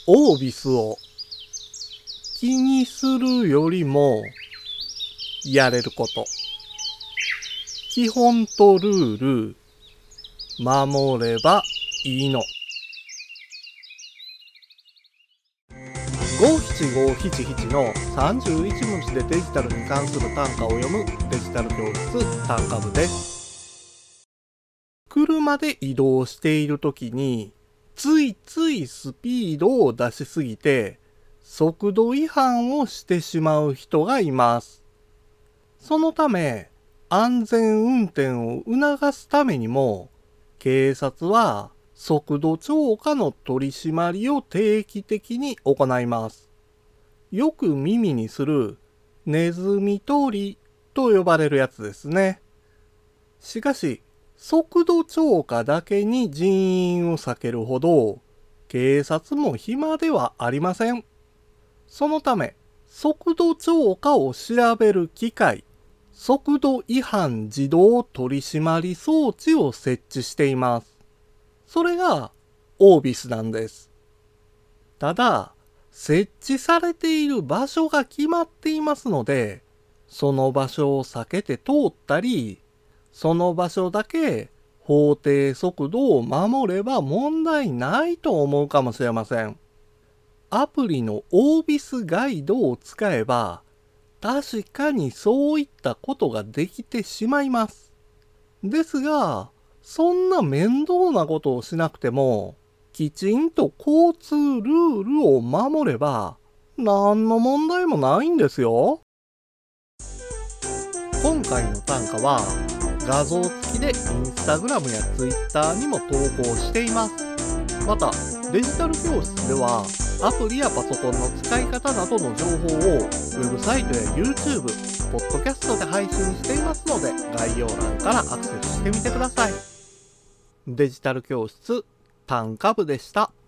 オービスを気にするよりもやれること。基本とルール守ればいいの。五七五七七の31文字でデジタルに関する単価を読むデジタル教室単価部です。車で移動しているときについついスピードを出しすぎて速度違反をしてしまう人がいます。そのため安全運転を促すためにも警察は速度超過の取り締まりを定期的に行います。よく耳にするネズミ捕りと呼ばれるやつですね。しかし、速度超過だけに人員を避けるほど、警察も暇ではありません。そのため、速度超過を調べる機械、速度違反自動取締装置を設置しています。それがオービスなんです。ただ、設置されている場所が決まっていますので、その場所を避けて通ったり、その場所だけ法定速度を守れば問題ないと思うかもしれません。アプリのオービスガイドを使えば、確かにそういったことができてしまいます。ですが、そんな面倒なことをしなくても、きちんと交通ルールを守れば、何の問題もないんですよ。今回の単価は、画像付きでインスタグラムやツイッターにも投稿しています。また、デジタル教室では、アプリやパソコンの使い方などの情報をウェブサイトや YouTube、ポッドキャストで配信していますので、概要欄からアクセスしてみてください。デジタル教室単価部でした。